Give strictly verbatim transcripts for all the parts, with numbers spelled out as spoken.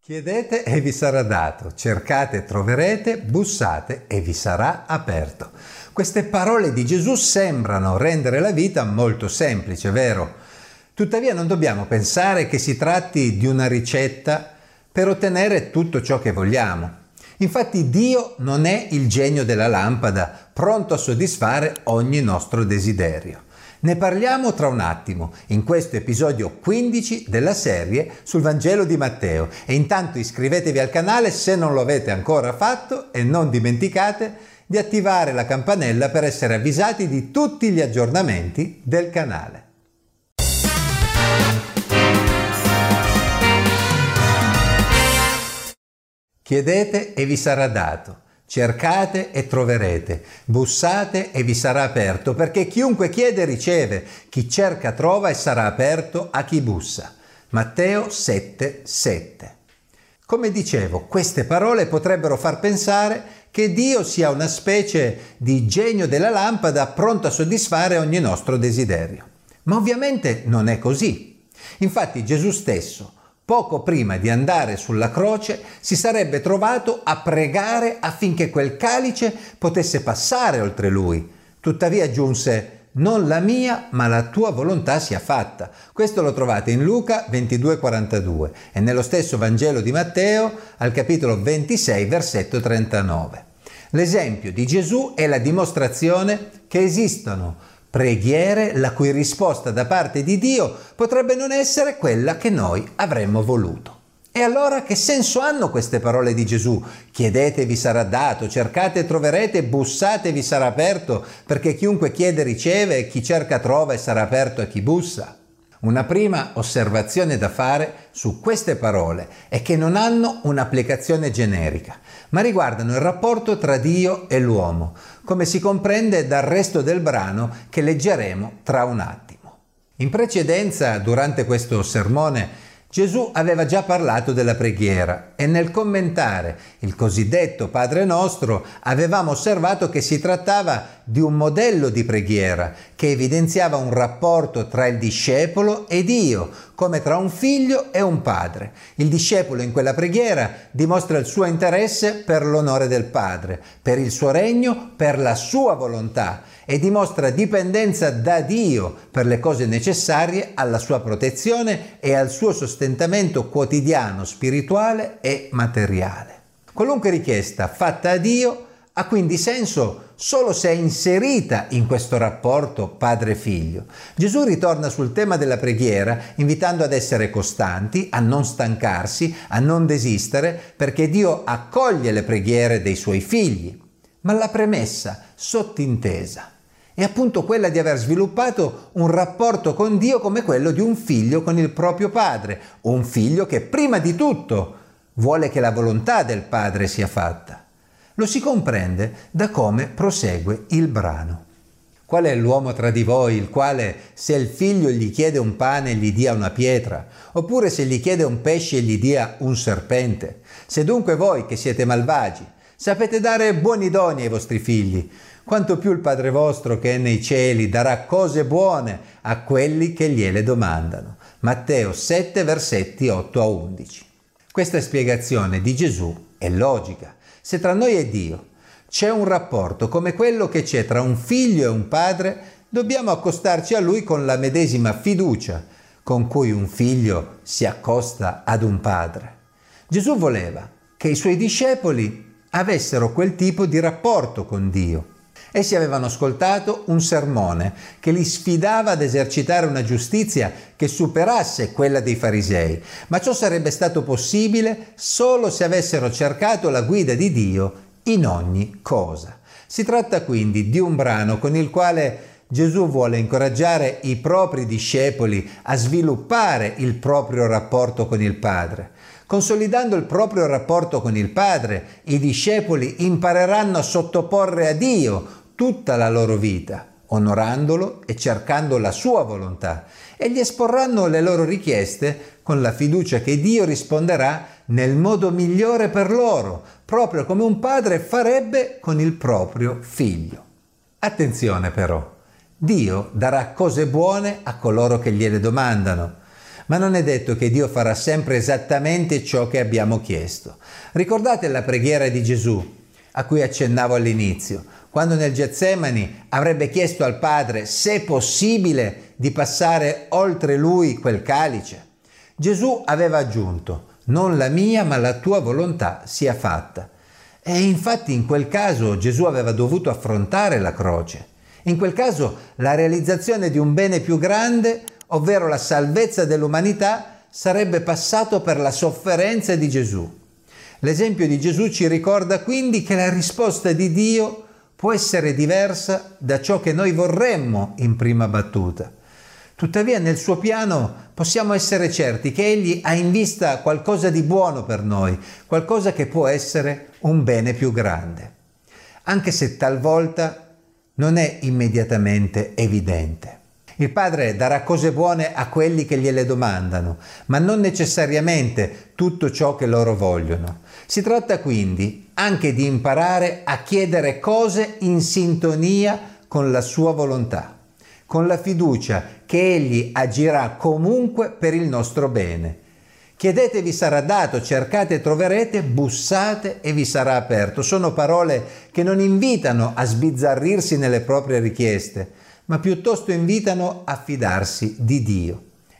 Chiedete e vi sarà dato, cercate e troverete, bussate e vi sarà aperto. Queste parole di Gesù sembrano rendere la vita molto semplice, vero? Tuttavia non dobbiamo pensare che si tratti di una ricetta per ottenere tutto ciò che vogliamo. Infatti Dio non è il genio della lampada, pronto a soddisfare ogni nostro desiderio. Ne parliamo tra un attimo, in questo episodio quindici della serie sul Vangelo di Matteo. E intanto iscrivetevi al canale se non lo avete ancora fatto e non dimenticate di attivare la campanella per essere avvisati di tutti gli aggiornamenti del canale. Chiedete e vi sarà dato. Cercate e troverete, bussate e vi sarà aperto, perché chiunque chiede riceve, chi cerca trova e sarà aperto a chi bussa. Matteo sette sette. Come dicevo, queste parole potrebbero far pensare che Dio sia una specie di genio della lampada pronto a soddisfare ogni nostro desiderio. Ma ovviamente non è così. Infatti Gesù stesso, poco prima di andare sulla croce, si sarebbe trovato a pregare affinché quel calice potesse passare oltre lui. Tuttavia aggiunse: non la mia, ma la tua volontà sia fatta. Questo lo trovate in Luca ventidue quarantadue e nello stesso Vangelo di Matteo al capitolo ventisei versetto trentanove. L'esempio di Gesù è la dimostrazione che esistono preghiere la cui risposta da parte di Dio potrebbe non essere quella che noi avremmo voluto. E allora che senso hanno queste parole di Gesù? Chiedete e vi sarà dato, cercate e troverete, bussate e vi sarà aperto, perché chiunque chiede riceve e chi cerca trova e sarà aperto a chi bussa. Una prima osservazione da fare su queste parole è che non hanno un'applicazione generica, ma riguardano il rapporto tra Dio e l'uomo, come si comprende dal resto del brano che leggeremo tra un attimo. In precedenza, durante questo sermone, Gesù aveva già parlato della preghiera e nel commentare il cosiddetto Padre Nostro avevamo osservato che si trattava di un modello di preghiera che evidenziava un rapporto tra il discepolo e Dio, come tra un figlio e un padre. Il discepolo in quella preghiera dimostra il suo interesse per l'onore del Padre, per il suo regno, per la sua volontà e dimostra dipendenza da Dio per le cose necessarie alla sua protezione e al suo sostentamento quotidiano, spirituale e materiale. Qualunque richiesta fatta a Dio ha quindi senso solo se è inserita in questo rapporto padre-figlio. Gesù ritorna sul tema della preghiera invitando ad essere costanti, a non stancarsi, a non desistere, perché Dio accoglie le preghiere dei suoi figli. Ma la premessa sottintesa è appunto quella di aver sviluppato un rapporto con Dio come quello di un figlio con il proprio padre, un figlio che prima di tutto vuole che la volontà del padre sia fatta. Lo si comprende da come prosegue il brano. Qual è l'uomo tra di voi il quale, se il figlio gli chiede un pane, gli dia una pietra, oppure se gli chiede un pesce, gli dia un serpente? Se dunque voi, che siete malvagi, sapete dare buoni doni ai vostri figli, quanto più il Padre vostro che è nei cieli darà cose buone a quelli che gliele domandano. Matteo sette, versetti otto a undici. Questa spiegazione di Gesù è logica. Se tra noi e Dio c'è un rapporto come quello che c'è tra un figlio e un padre, dobbiamo accostarci a Lui con la medesima fiducia con cui un figlio si accosta ad un padre. Gesù voleva che i Suoi discepoli avessero quel tipo di rapporto con Dio. Essi avevano ascoltato un sermone che li sfidava ad esercitare una giustizia che superasse quella dei farisei, ma ciò sarebbe stato possibile solo se avessero cercato la guida di Dio in ogni cosa. Si tratta quindi di un brano con il quale Gesù vuole incoraggiare i propri discepoli a sviluppare il proprio rapporto con il Padre. Consolidando il proprio rapporto con il Padre, i discepoli impareranno a sottoporre a Dio tutta la loro vita, onorandolo e cercando la sua volontà, e gli esporranno le loro richieste con la fiducia che Dio risponderà nel modo migliore per loro, proprio come un padre farebbe con il proprio figlio. Attenzione però, Dio darà cose buone a coloro che gliele domandano, Ma non è detto che Dio farà sempre esattamente ciò che abbiamo chiesto. Ricordate la preghiera di Gesù, a cui accennavo all'inizio, quando nel Getsemani avrebbe chiesto al Padre, se possibile, di passare oltre lui quel calice? Gesù aveva aggiunto, non la mia ma la tua volontà sia fatta. E infatti in quel caso Gesù aveva dovuto affrontare la croce. In quel caso la realizzazione di un bene più grande, ovvero la salvezza dell'umanità, sarebbe passato per la sofferenza di Gesù. L'esempio di Gesù ci ricorda quindi che la risposta di Dio può essere diversa da ciò che noi vorremmo in prima battuta. Tuttavia nel suo piano possiamo essere certi che Egli ha in vista qualcosa di buono per noi, qualcosa che può essere un bene più grande, anche se talvolta non è immediatamente evidente. Il Padre darà cose buone a quelli che gliele domandano, ma non necessariamente tutto ciò che loro vogliono. Si tratta quindi anche di imparare a chiedere cose in sintonia con la sua volontà, con la fiducia che Egli agirà comunque per il nostro bene. Chiedete e vi sarà dato, cercate e troverete, bussate e vi sarà aperto. Sono parole che non invitano a sbizzarrirsi nelle proprie richieste, ma piuttosto invitano a fidarsi di Dio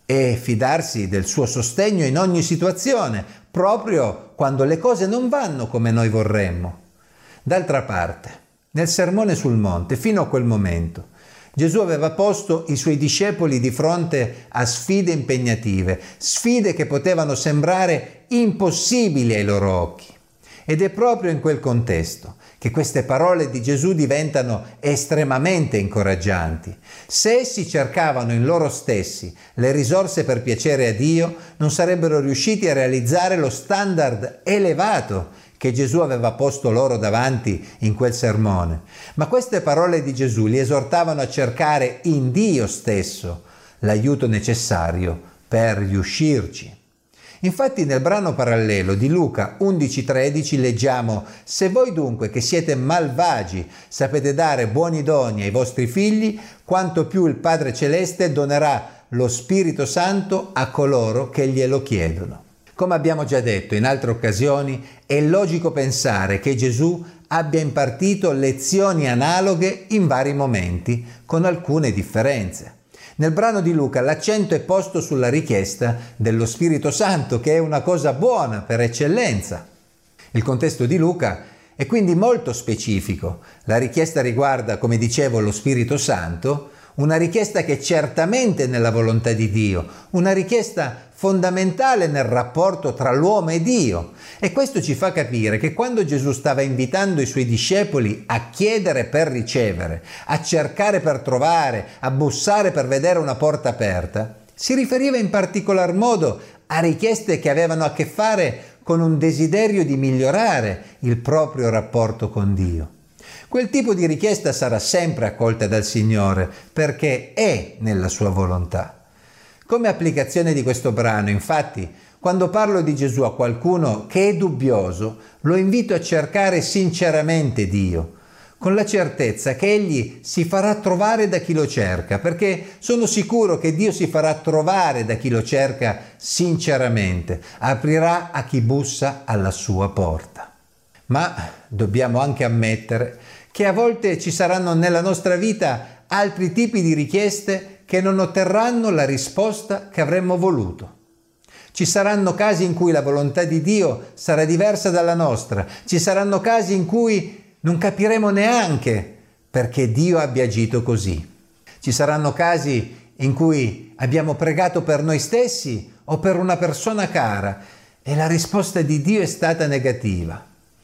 e fidarsi del suo sostegno in ogni situazione, proprio quando le cose non vanno come noi vorremmo. D'altra parte, nel Sermone sul Monte, fino a quel momento, Gesù aveva posto i suoi discepoli di fronte a sfide impegnative, sfide che potevano sembrare impossibili ai loro occhi. Ed è proprio in quel contesto che queste parole di Gesù diventano estremamente incoraggianti. Se essi cercavano in loro stessi le risorse per piacere a Dio, non sarebbero riusciti a realizzare lo standard elevato che Gesù aveva posto loro davanti in quel sermone. Ma queste parole di Gesù li esortavano a cercare in Dio stesso l'aiuto necessario per riuscirci. Infatti nel brano parallelo di Luca undici tredici leggiamo: «Se voi dunque che siete malvagi sapete dare buoni doni ai vostri figli, quanto più il Padre Celeste donerà lo Spirito Santo a coloro che glielo chiedono». Come abbiamo già detto in altre occasioni, è logico pensare che Gesù abbia impartito lezioni analoghe in vari momenti, con alcune differenze. Nel brano di Luca l'accento è posto sulla richiesta dello Spirito Santo, che è una cosa buona per eccellenza. Il contesto di Luca è quindi molto specifico. La richiesta riguarda, come dicevo, lo Spirito Santo, una richiesta che è certamente nella volontà di Dio, una richiesta fondamentale nel rapporto tra l'uomo e Dio. E questo ci fa capire che quando Gesù stava invitando i suoi discepoli a chiedere per ricevere, a cercare per trovare, a bussare per vedere una porta aperta, si riferiva in particolar modo a richieste che avevano a che fare con un desiderio di migliorare il proprio rapporto con Dio. Quel tipo di richiesta sarà sempre accolta dal Signore perché è nella sua volontà. Come applicazione di questo brano, infatti, quando parlo di Gesù a qualcuno che è dubbioso, lo invito a cercare sinceramente Dio, con la certezza che Egli si farà trovare da chi lo cerca, perché sono sicuro che Dio si farà trovare da chi lo cerca sinceramente, aprirà a chi bussa alla sua porta. Ma dobbiamo anche ammettere che a volte ci saranno nella nostra vita altri tipi di richieste che non otterranno la risposta che avremmo voluto. Ci saranno casi in cui la volontà di Dio sarà diversa dalla nostra, ci saranno casi in cui non capiremo neanche perché Dio abbia agito così. Ci saranno casi in cui abbiamo pregato per noi stessi o per una persona cara e la risposta di Dio è stata negativa.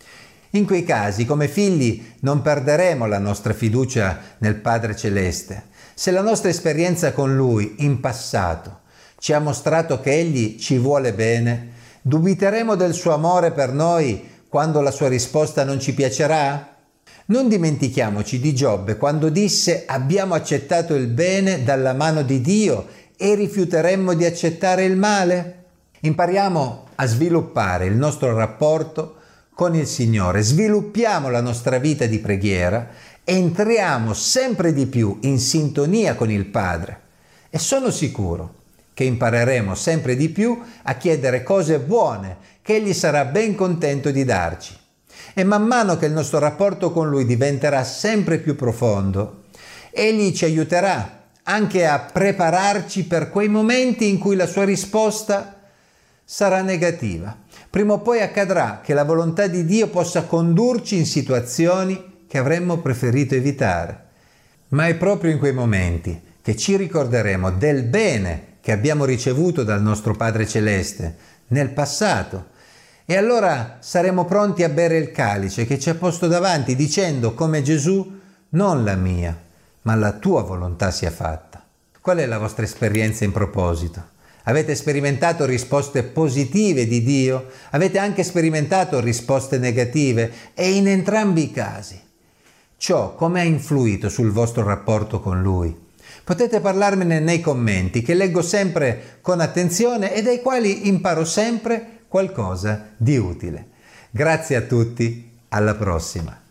In quei casi, come figli, non perderemo la nostra fiducia nel Padre Celeste. Se la nostra esperienza con Lui in passato ci ha mostrato che Egli ci vuole bene, dubiteremo del suo amore per noi quando la sua risposta non ci piacerà? Non dimentichiamoci di Giobbe quando disse: abbiamo accettato il bene dalla mano di Dio e rifiuteremmo di accettare il male? Impariamo a sviluppare il nostro rapporto con il Signore, sviluppiamo la nostra vita di preghiera, entriamo sempre di più in sintonia con il Padre e sono sicuro che impareremo sempre di più a chiedere cose buone che Egli sarà ben contento di darci. E man mano che il nostro rapporto con Lui diventerà sempre più profondo, Egli ci aiuterà anche a prepararci per quei momenti in cui la sua risposta sarà negativa. Prima o poi accadrà che la volontà di Dio possa condurci in situazioni che avremmo preferito evitare. Ma è proprio in quei momenti che ci ricorderemo del bene che abbiamo ricevuto dal nostro Padre Celeste nel passato, e allora saremo pronti a bere il calice che ci ha posto davanti, dicendo come Gesù: non la mia, ma la tua volontà sia fatta. Qual è la vostra esperienza in proposito? Avete sperimentato risposte positive di Dio? Avete anche sperimentato risposte negative? E in entrambi i casi, ciò come ha influito sul vostro rapporto con Lui? Potete parlarmene nei commenti, che leggo sempre con attenzione e dai quali imparo sempre qualcosa di utile. Grazie a tutti, alla prossima!